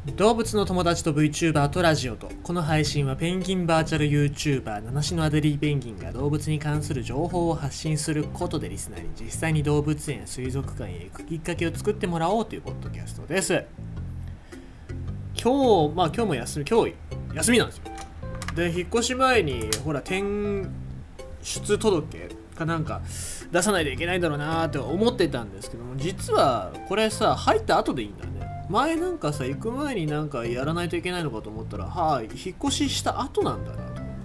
動物の友達と VTuber とラジオと。この配信はペンギンバーチャル YouTuber 七種のアデリーペンギンが動物に関する情報を発信することでリスナーに実際に動物園や水族館へ行くきっかけを作ってもらおうというポッドキャストです。今日も休みなんですよ。で、引っ越し前にほら転出届かなんか出さないといけないんだろうなーって思ってたんですけども、実はこれさ、入った後でいいんだね。前なんかさ、行く前になんかやらないといけないのかと思ったら、引っ越しした後なんだなと思って。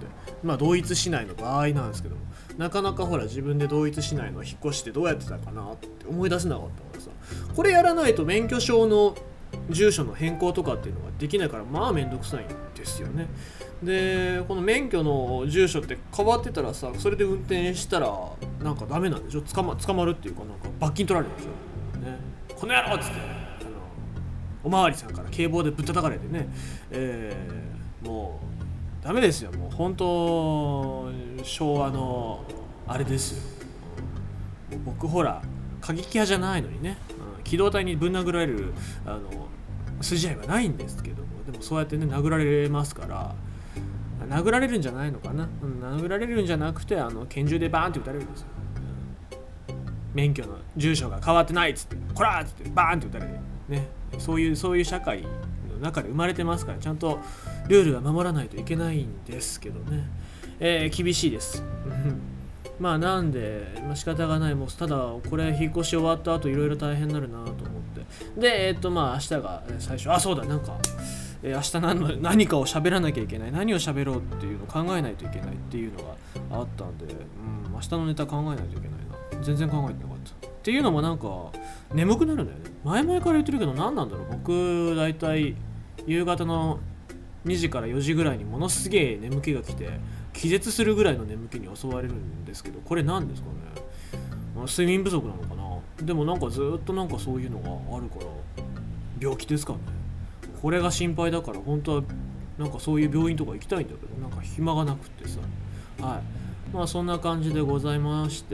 同一市内の場合なんですけども、なかなかほら自分で同一市内の引っ越しってどうやってたかなって思い出せなかったからさ、これやらないと免許証の住所の変更とかっていうのができないから、まあめんどくさいんですよね。で、この免許の住所って変わってたらさ、それで運転したらなんかダメなんでしょ。捕まるっていうか、なんか罰金取られるでしょ、ね、この野郎っつって、おまわりさんから警棒でぶったたかれてね、もうダメですよ。もう本当昭和のあれですよ。僕ほら過激派じゃないのにね、機動隊にぶん殴られる筋合いはないんですけども、でもそうやってね殴られますから、殴られるんじゃないのかな、殴られるんじゃなくて拳銃でバーンって撃たれるんですよ、免許の住所が変わってないっつってこらーっつってバーンって撃たれるね。そういう社会の中で生まれてますから、ちゃんとルールは守らないといけないんですけどね、厳しいですなんで、仕方がない。もうただこれ引っ越し終わった後いろいろ大変になるなと思って、で明日が最初、そうだ、なんか明日何かを喋らなきゃいけない、何を喋ろうっていうのを考えないといけないっていうのがあったんで、明日のネタ考えないといけないな。全然考えてなかったっていうのも、なんか眠くなるんだよね。前々から言ってるけど、何なんだろう。僕だいたい夕方の2時から4時ぐらいにものすげえ眠気が来て、気絶するぐらいの眠気に襲われるんですけど、これ何ですかね。睡眠不足なのかな。でもなんかずっとなんかそういうのがあるから病気ですかね。これが心配だから、本当はなんかそういう病院とか行きたいんだけど、なんか暇がなくってさ。そんな感じでございまして、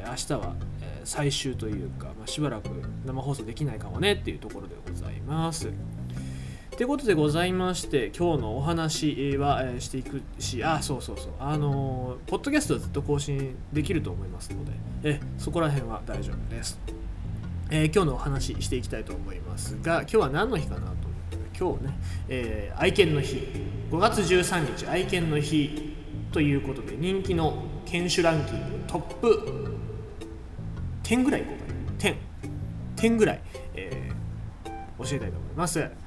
明日は、最終というか、しばらく生放送できないかもねっていうところでございます。ということでございまして、今日のお話はしていくし、ポッドキャストはずっと更新できると思いますので、そこら辺は大丈夫です。今日のお話していきたいと思いますが、今日は何の日かなと思って、今日ね、愛犬の日、5月13日愛犬の日ということで、人気の犬種ランキングトップ10ぐらいいこうかな。10ぐらい、教えたいと思います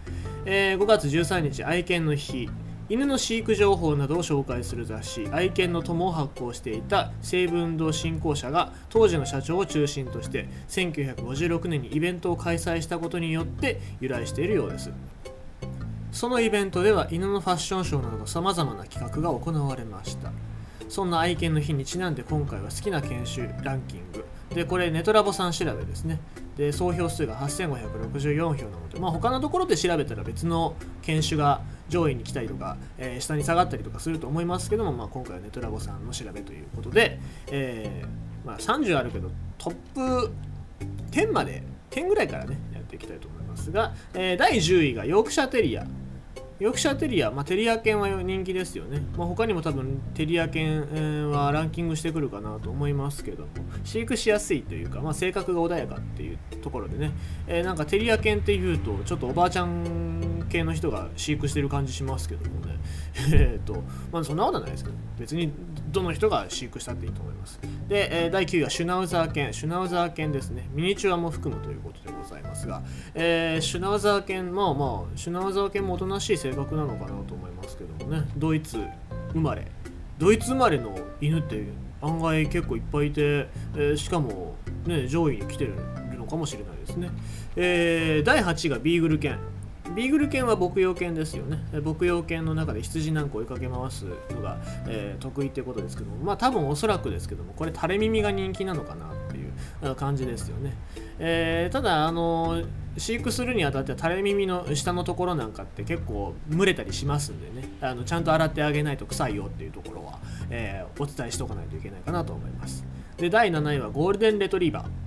。5月13日愛犬の日、犬の飼育情報などを紹介する雑誌愛犬の友を発行していた西武運動振興社が当時の社長を中心として1956年にイベントを開催したことによって由来しているようです。そのイベントでは犬のファッションショーなどさまざまな企画が行われました。そんな愛犬の日にちなんで、今回は好きな犬種ランキングで、これネトラボさん調べですね。で、総票数が8564票なので、他のところで調べたら別の犬種が上位に来たりとか、下に下がったりとかすると思いますけども、今回はネトラボさんの調べということで、30あるけどトップ10まで10ぐらいからねやっていきたいと思いますが、第10位がヨークシャーテリア。ヨークシャーテリア、テリア犬は人気ですよね。他にも多分テリア犬はランキングしてくるかなと思いますけども、飼育しやすいというか、性格が穏やかっていうところでね、なんかテリア犬っていうとちょっとおばあちゃん系の人が飼育してる感じしますけどもねそんなことはないですけど、別にどの人が飼育したっていいと思います。で、第9位はシュナウザー犬ですね。ミニチュアも含むということでございますが、シュナウザー犬シュナウザー犬もおとなしい性格なのかなと思いますけどもね。ドイツ生まれの犬って案外結構いっぱいいて、しかも、上位に来てるのかもしれないですね。第8位がビーグル犬。ビーグル犬は牧羊犬ですよね。牧羊犬の中で羊なんか追いかけ回すのが、得意ってことですけども、多分おそらくですけども、これ垂れ耳が人気なのかなっていう感じですよね。ただ飼育するにあたっては垂れ耳の下のところなんかって結構蒸れたりしますんでね、ちゃんと洗ってあげないと臭いよっていうところは、お伝えしておかないといけないかなと思います。で、第7位はゴールデンレトリーバー。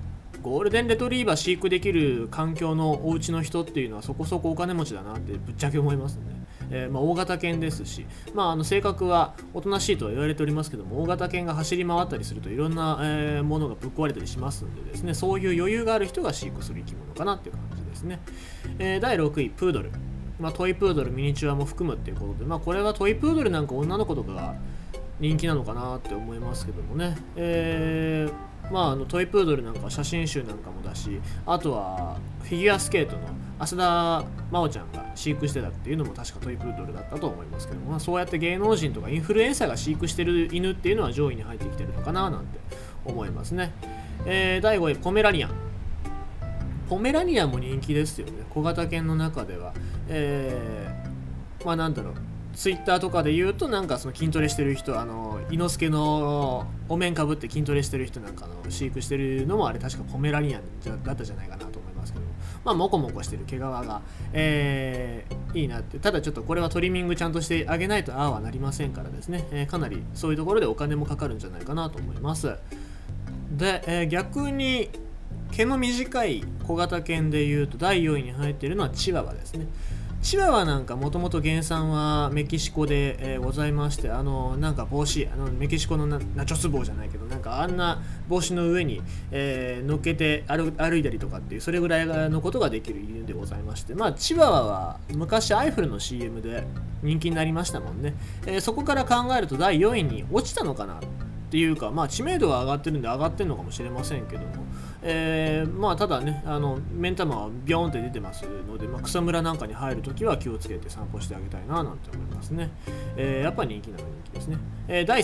ゴールデンレトリーバー飼育できる環境のお家の人っていうのはそこそこお金持ちだなってぶっちゃけ思いますね。大型犬ですし、性格はおとなしいとは言われておりますけども、大型犬が走り回ったりするといろんな、ものがぶっ壊れたりしますんでですね、そういう余裕がある人が飼育する生き物かなっていう感じですね。第6位プードル、トイプードルミニチュアも含むっていうことで、これはトイプードルなんか女の子とかが人気なのかなって思いますけどもね。トイプードルなんかは写真集なんかもだし、あとはフィギュアスケートの浅田真央ちゃんが飼育してたっていうのも確かトイプードルだったと思いますけども、そうやって芸能人とかインフルエンサーが飼育してる犬っていうのは上位に入ってきてるのかななんて思いますね。第5位ポメラニアン。ポメラニアンも人気ですよね、小型犬の中では。ツイッターとかで言うと、なんかその筋トレしてる人、伊之助のお面かぶって筋トレしてる人なんかの飼育してるのもあれ確かポメラニアンだったじゃないかなと思いますけども、モコモコしてる毛皮が、いいなって。ただちょっとこれはトリミングちゃんとしてあげないとああはなりませんからですね、かなりそういうところでお金もかかるんじゃないかなと思います。で、逆に毛の短い小型犬でいうと第4位に入っているのはチワワですね。チワワなんかもともと原産はメキシコで、ございまして、なんか帽子、メキシコのナチョス帽じゃないけど、なんかあんな帽子の上に、乗っけて歩いたりとかっていう、それぐらいのことができる犬でございまして、チワワは昔アイフルの CM で人気になりましたもんね。そこから考えると第4位に落ちたのかなっていうか、知名度は上がってるんで上がってるのかもしれませんけども、ただね、目ん玉はビョーンって出てますので、草むらなんかに入るときは気をつけて散歩してあげたいななんて思いますね。やっぱり人気なの人気ですね。第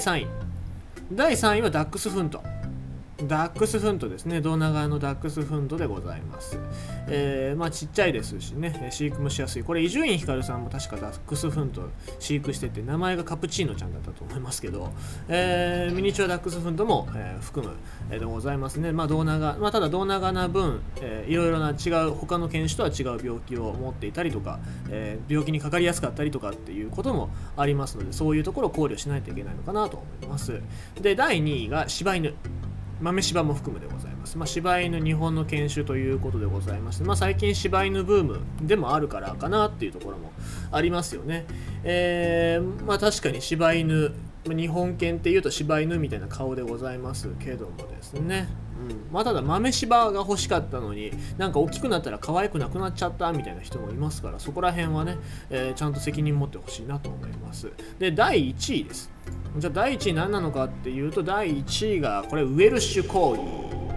3位はダックスフント。ダックスフントですね。胴長のダックスフントでございます。ちっちゃいですしね、飼育もしやすい。これ伊集院光さんも確かダックスフント飼育してて、名前がカプチーノちゃんだったと思いますけど、ミニチュアダックスフントも、含む、でございますね。胴長、ただ胴長な分、いろいろな違う他の犬種とは違う病気を持っていたりとか、病気にかかりやすかったりとかっていうこともありますので、そういうところを考慮しないといけないのかなと思います。で、第2位が柴犬。豆柴も含むでございます。柴犬日本の犬種ということでございまして、最近柴犬ブームでもあるからかなっていうところもありますよね。確かに柴犬、日本犬っていうと柴犬みたいな顔でございますけどもですね。ただ豆柴が欲しかったのになんか大きくなったら可愛くなくなっちゃったみたいな人もいますから、そこら辺はね、ちゃんと責任持ってほしいなと思います。で、第1位です。じゃあ第1位何なのかっていうと、第1位がこれウェルシュコーギ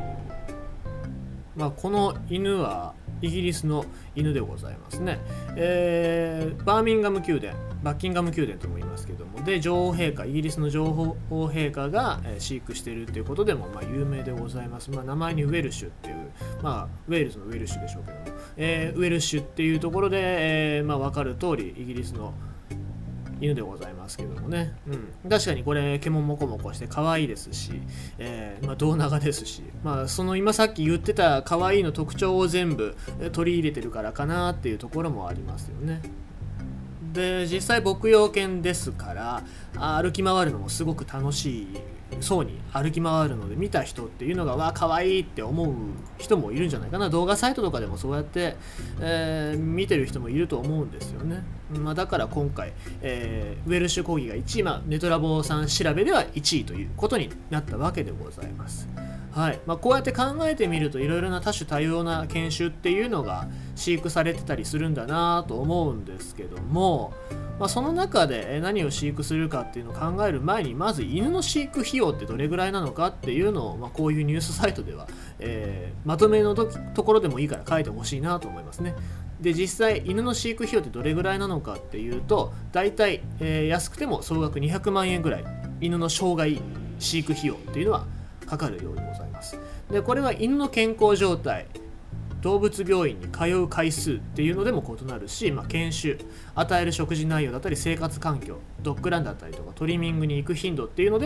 ー。この犬はイギリスの犬でございますね。バッキンガム宮殿とも言いますけども、で女王陛下、イギリスの女王陛下が飼育しているということでも有名でございます。名前にウェルシュっていう、ウェールズのウェルシュでしょうけども、ウェルシュっていうところで、分かる通りイギリスの犬でございますけどもね、確かにこれ毛もモコモコして可愛いですし、胴長ですし、その今さっき言ってた可愛いの特徴を全部取り入れてるからかなっていうところもありますよね。で、実際牧羊犬ですから歩き回るのもすごく楽しいそうに歩き回るので、見た人っていうのが可愛いって思う人もいるんじゃないかな。動画サイトとかでもそうやって、見てる人もいると思うんですよね。だから今回、ウェルシュコーギーが1位、ネトラボさん調べでは1位ということになったわけでございます。はい。こうやって考えてみると、いろいろな多種多様な犬種っていうのが飼育されてたりするんだなと思うんですけども、その中で何を飼育するかっていうのを考える前に、まず犬の飼育費用ってどれぐらいなのかっていうのを、こういうニュースサイトでは、まとめのところでもいいから書いてほしいなと思いますね。で、実際犬の飼育費用ってどれぐらいなのかっていうと、だいたい安くても総額200万円ぐらい犬の生涯飼育費用っていうのはかかるようでございます。で、これは犬の健康状態、動物病院に通う回数っていうのでも異なるし、犬種、与える食事内容だったり生活環境、ドッグランだったりとかトリミングに行く頻度っていうのでも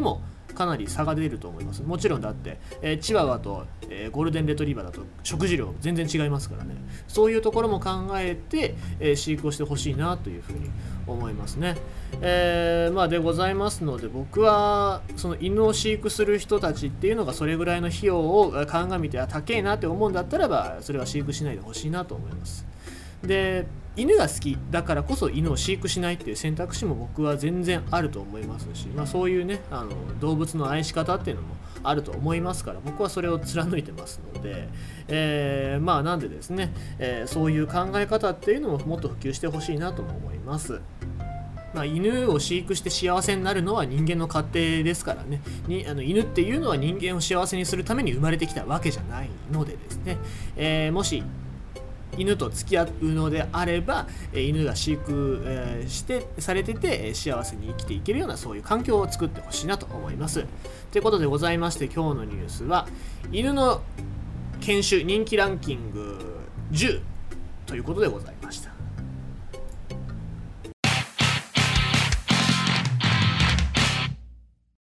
かなり差が出ると思います。もちろんだって、チワワと、ゴールデンレトリバーだと食事量全然違いますからね。そういうところも考えて、飼育をしてほしいなというふうに思いますね。でございますので、僕はその犬を飼育する人たちっていうのがそれぐらいの費用を鑑みて高えなって思うんだったらば、それは飼育しないでほしいなと思います。で、犬が好きだからこそ犬を飼育しないっていう選択肢も僕は全然あると思いますし、そういうね動物の愛し方っていうのもあると思いますから、僕はそれを貫いてますので、なんでですね、そういう考え方っていうのももっと普及してほしいなとも思います。犬を飼育して幸せになるのは人間の勝手ですからね。犬っていうのは人間を幸せにするために生まれてきたわけじゃないのでですね、もし犬と付き合うのであれば、犬が飼育、されてて幸せに生きていけるようなそういう環境を作ってほしいなと思います。ということでございまして、今日のニュースは犬の犬種人気ランキング10ということでございます。